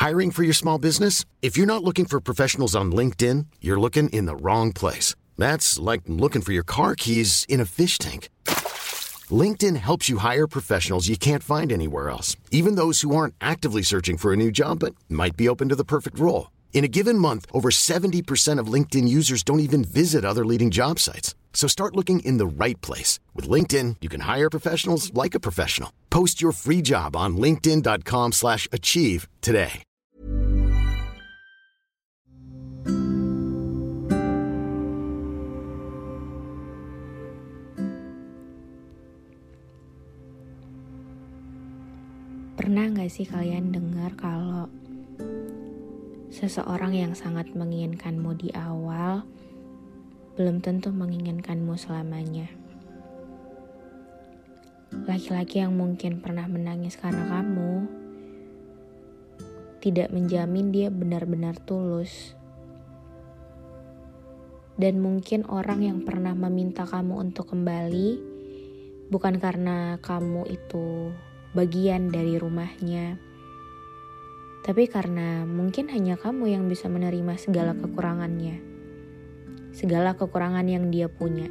Hiring for your small business? If you're not looking for professionals on LinkedIn, you're looking in the wrong place. That's like looking for your car keys in a fish tank. LinkedIn helps you hire professionals you can't find anywhere else, even those who aren't actively searching for a new job but might be open to the perfect role. In a given month, over 70% of LinkedIn users don't even visit other leading job sites. So start looking in the right place. With LinkedIn, you can hire professionals like a professional. Post your free job on linkedin.com/achieve today. Pernah gak sih kalian dengar kalau seseorang yang sangat menginginkanmu di awal belum tentu menginginkanmu selamanya? Laki-laki yang mungkin pernah menangis karena kamu tidak menjamin dia benar-benar tulus. Dan mungkin orang yang pernah meminta kamu untuk kembali bukan karena kamu itu bagian dari rumahnya, tapi karena mungkin hanya kamu yang bisa menerima segala kekurangannya, segala kekurangan yang dia punya.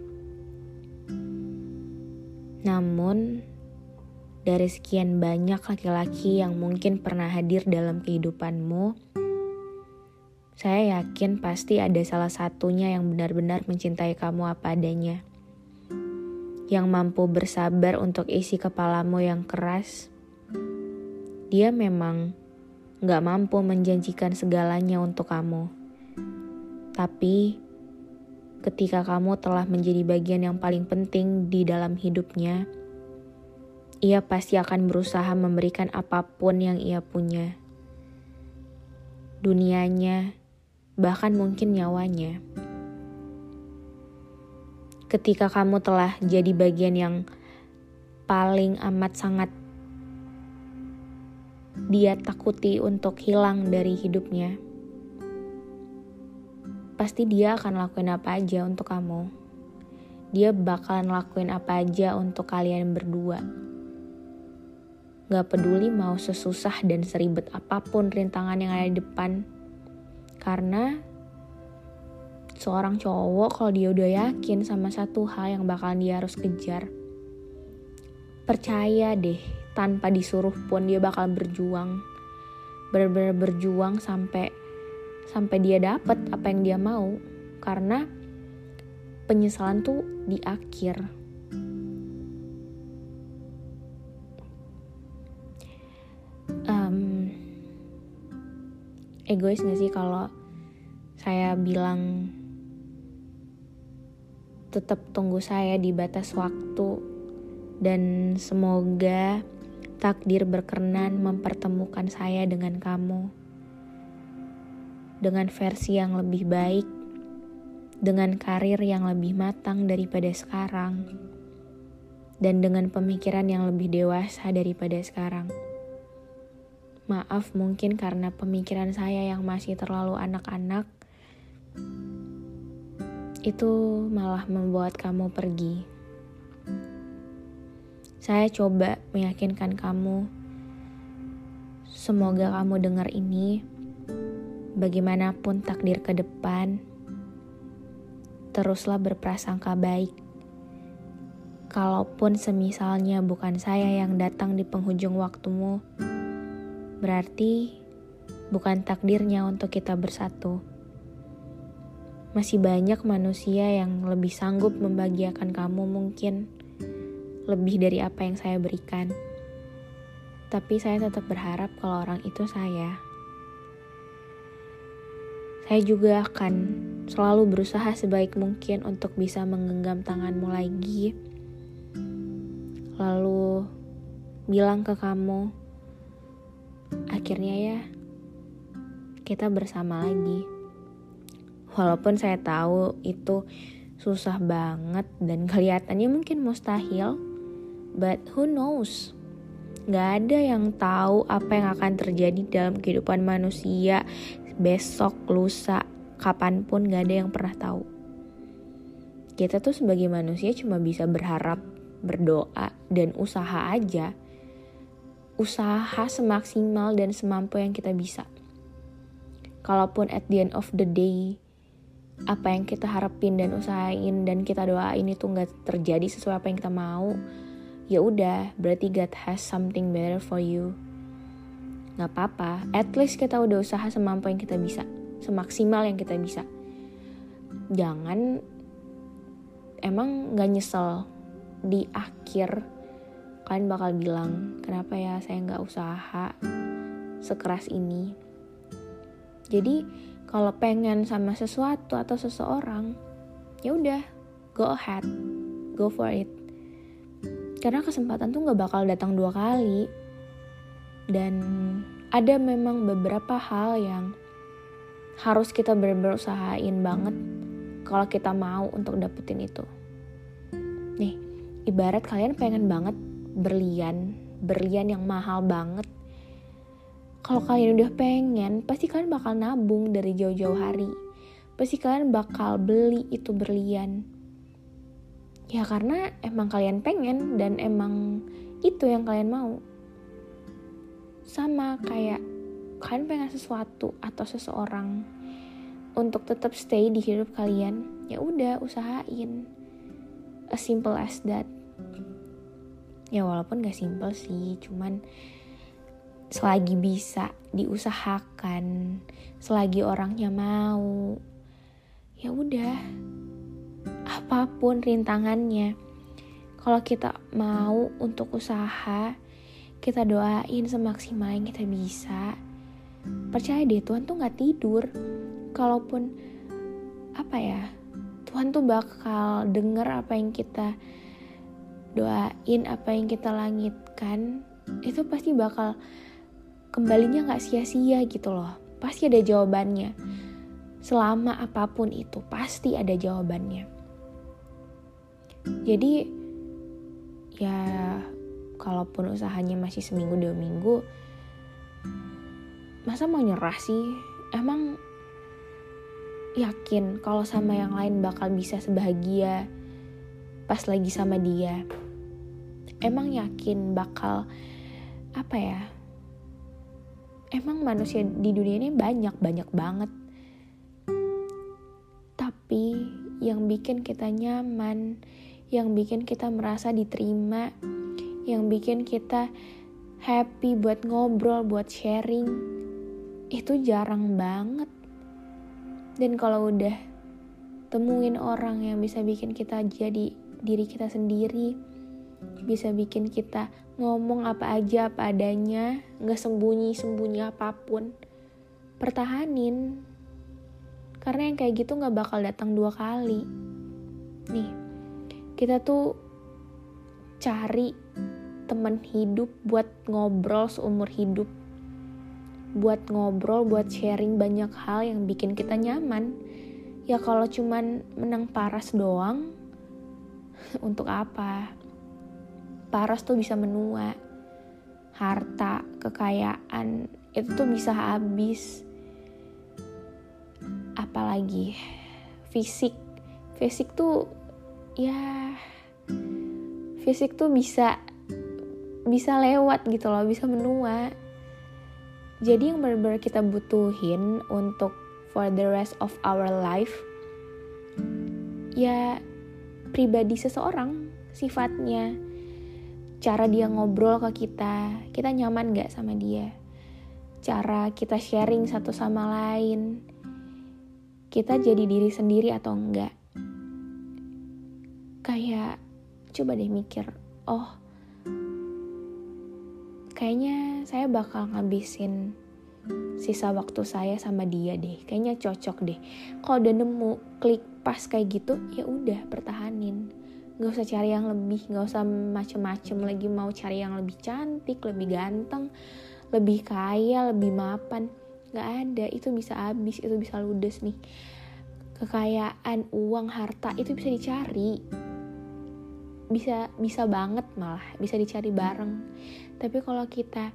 Namun, dari sekian banyak laki-laki yang mungkin pernah hadir dalam kehidupanmu, saya yakin pasti ada salah satunya yang benar-benar mencintai kamu apa adanya, yang mampu bersabar untuk isi kepalamu yang keras. Dia memang gak mampu menjanjikan segalanya untuk kamu. Tapi ketika kamu telah menjadi bagian yang paling penting di dalam hidupnya, ia pasti akan berusaha memberikan apapun yang ia punya. Dunianya, bahkan mungkin nyawanya. Ketika kamu telah jadi bagian yang paling amat sangat dia takuti untuk hilang dari hidupnya, pasti dia akan lakuin apa aja untuk kamu. Dia bakalan lakuin apa aja untuk kalian berdua. Gak peduli mau sesusah dan seribet apapun rintangan yang ada di depan. Karena seorang cowok kalau dia udah yakin sama satu hal yang bakalan dia harus kejar, percaya deh, tanpa disuruh pun dia bakal berjuang. Benar-benar berjuang sampai dia dapat apa yang dia mau. Karena penyesalan tuh di akhir. Egois gak sih kalau saya bilang tetap tunggu saya di batas waktu, dan semoga takdir berkenan mempertemukan saya dengan kamu dengan versi yang lebih baik, dengan karir yang lebih matang daripada sekarang, dan dengan pemikiran yang lebih dewasa daripada sekarang. Maaf mungkin karena pemikiran saya yang masih terlalu anak-anak, itu malah membuat kamu pergi. Saya coba meyakinkan kamu, semoga kamu dengar ini, bagaimanapun takdir ke depan, teruslah berprasangka baik. Kalaupun semisalnya bukan saya yang datang di penghujung waktumu, berarti bukan takdirnya untuk kita bersatu. Masih banyak manusia yang lebih sanggup membahagiakan kamu mungkin, lebih dari apa yang saya berikan. Tapi saya tetap berharap kalau orang itu saya. Saya juga akan selalu berusaha sebaik mungkin untuk bisa menggenggam tanganmu lagi. Lalu bilang ke kamu, akhirnya ya, kita bersama lagi. Walaupun saya tahu itu susah banget dan kelihatannya mungkin mustahil, but who knows? Gak ada yang tahu apa yang akan terjadi dalam kehidupan manusia besok, lusa, kapanpun. Gak ada yang pernah tahu. Kita tuh sebagai manusia cuma bisa berharap, berdoa, dan usaha aja. usaha semaksimal dan semampu yang kita bisa. Kalaupun at the end of the day apa yang kita harapin dan usahain dan kita doain itu nggak terjadi sesuai apa yang kita mau, ya udah, berarti God has something better for you. Nggak apa-apa, at least kita udah usaha semampu yang kita bisa, semaksimal yang kita bisa. Jangan emang nggak nyesel di akhir kalian bakal bilang, kenapa ya saya nggak usaha sekeras ini. Jadi kalau pengen sama sesuatu atau seseorang, ya udah, go ahead, go for it. Karena kesempatan tuh nggak bakal datang 2 kali. Dan ada memang beberapa hal yang harus kita berusahain banget kalau kita mau untuk dapetin itu. Nih, ibarat kalian pengen banget berlian yang mahal banget. Kalau kalian udah pengen, pasti kalian bakal nabung dari jauh-jauh hari. Pasti kalian bakal beli itu berlian. Ya karena emang kalian pengen dan emang itu yang kalian mau. Sama kayak kalian pengen sesuatu atau seseorang untuk tetap stay di hidup kalian, ya udah usahain. As simple as that. Ya walaupun gak simple sih, cuman selagi bisa diusahakan, selagi orangnya mau, ya udah, apapun rintangannya, kalau kita mau untuk usaha, kita doain semaksimal yang kita bisa. Percaya deh, Tuhan tuh gak tidur. Kalaupun Tuhan tuh bakal denger apa yang kita doain, apa yang kita langitkan, itu pasti bakal kembalinya gak sia-sia gitu loh. Pasti ada jawabannya. Selama apapun itu, pasti ada jawabannya. Jadi, ya kalaupun usahanya masih seminggu 2 minggu, masa mau nyerah sih? Emang yakin kalau sama yang lain bakal bisa sebahagia pas lagi sama dia? Emang yakin bakal emang manusia di dunia ini banyak banget. Tapi yang bikin kita nyaman, yang bikin kita merasa diterima, yang bikin kita happy buat ngobrol, buat sharing, itu jarang banget. Dan kalau udah temuin orang yang bisa bikin kita jadi diri kita sendiri, bisa bikin kita ngomong apa aja apa adanya, gak sembunyi apapun, pertahanin. Karena yang kayak gitu gak bakal datang 2 kali. Nih, kita tuh cari teman hidup buat ngobrol seumur hidup, buat ngobrol, buat sharing banyak hal yang bikin kita nyaman. Ya kalau cuman menang paras doang, untuk apa? Paras tuh bisa menua, harta, kekayaan itu tuh bisa habis. Apalagi fisik tuh fisik tuh bisa lewat gitu loh, bisa menua. Jadi yang benar-benar kita butuhin untuk for the rest of our life, ya pribadi seseorang, sifatnya, cara dia ngobrol ke kita nyaman gak sama dia, cara kita sharing satu sama lain, kita jadi diri sendiri atau enggak. Kayak coba deh mikir, kayaknya saya bakal ngabisin sisa waktu saya sama dia deh, kayaknya cocok deh. Kalau udah nemu klik pas kayak gitu, ya udah pertahanin. Gak usah cari yang lebih, gak usah macem-macem lagi mau cari yang lebih cantik, lebih ganteng, lebih kaya, lebih mapan. Gak ada, itu bisa habis, itu bisa ludes nih. Kekayaan, uang, harta itu bisa dicari, bisa banget, malah bisa dicari bareng. Tapi kalau kita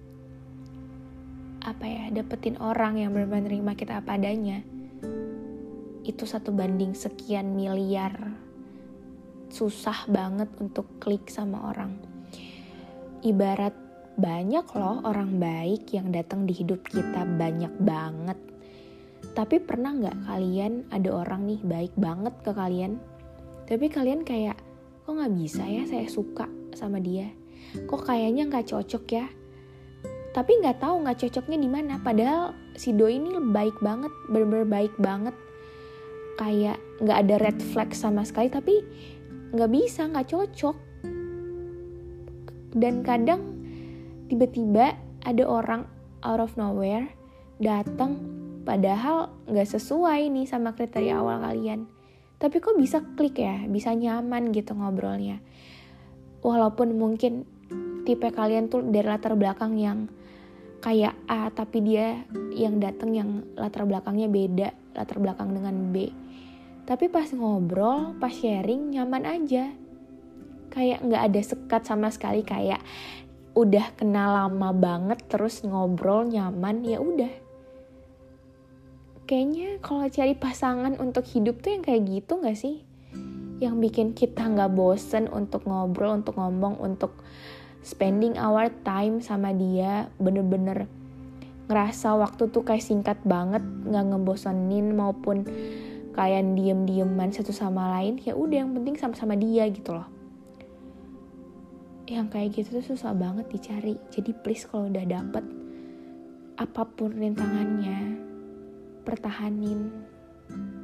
dapetin orang yang benar-benar nerima kita apa adanya, itu 1 banding sekian miliar. Susah banget untuk klik sama orang. Ibarat banyak loh orang baik yang datang di hidup kita, banyak banget. Tapi pernah gak kalian ada orang nih baik banget ke kalian, tapi kalian kayak, kok gak bisa ya saya suka sama dia, kok kayaknya gak cocok ya. Tapi gak tahu gak cocoknya di mana. Padahal si doi ini baik banget, bener-bener baik banget. Kayak gak ada red flag sama sekali, tapi gak bisa, gak cocok. Dan kadang tiba-tiba ada orang out of nowhere datang, padahal gak sesuai nih sama kriteria awal kalian. Tapi kok bisa klik ya, bisa nyaman gitu ngobrolnya. Walaupun mungkin tipe kalian tuh dari latar belakang yang kayak A, tapi dia yang datang yang latar belakangnya beda, latar belakang dengan B. Tapi pas ngobrol, pas sharing nyaman aja. Kayak gak ada sekat sama sekali, kayak udah kenal lama banget terus ngobrol nyaman, ya udah. Kayaknya kalau cari pasangan untuk hidup tuh yang kayak gitu gak sih? Yang bikin kita gak bosen untuk ngobrol, untuk ngomong, untuk spending our time sama dia. Bener-bener ngerasa waktu tuh kayak singkat banget, gak ngebosenin maupun kayak diem-dieman satu sama lain. Ya udah, yang penting sama-sama dia gitu loh. Yang kayak gitu tuh susah banget dicari. Jadi please kalau udah dapet, apapun rintangannya, pertahanin.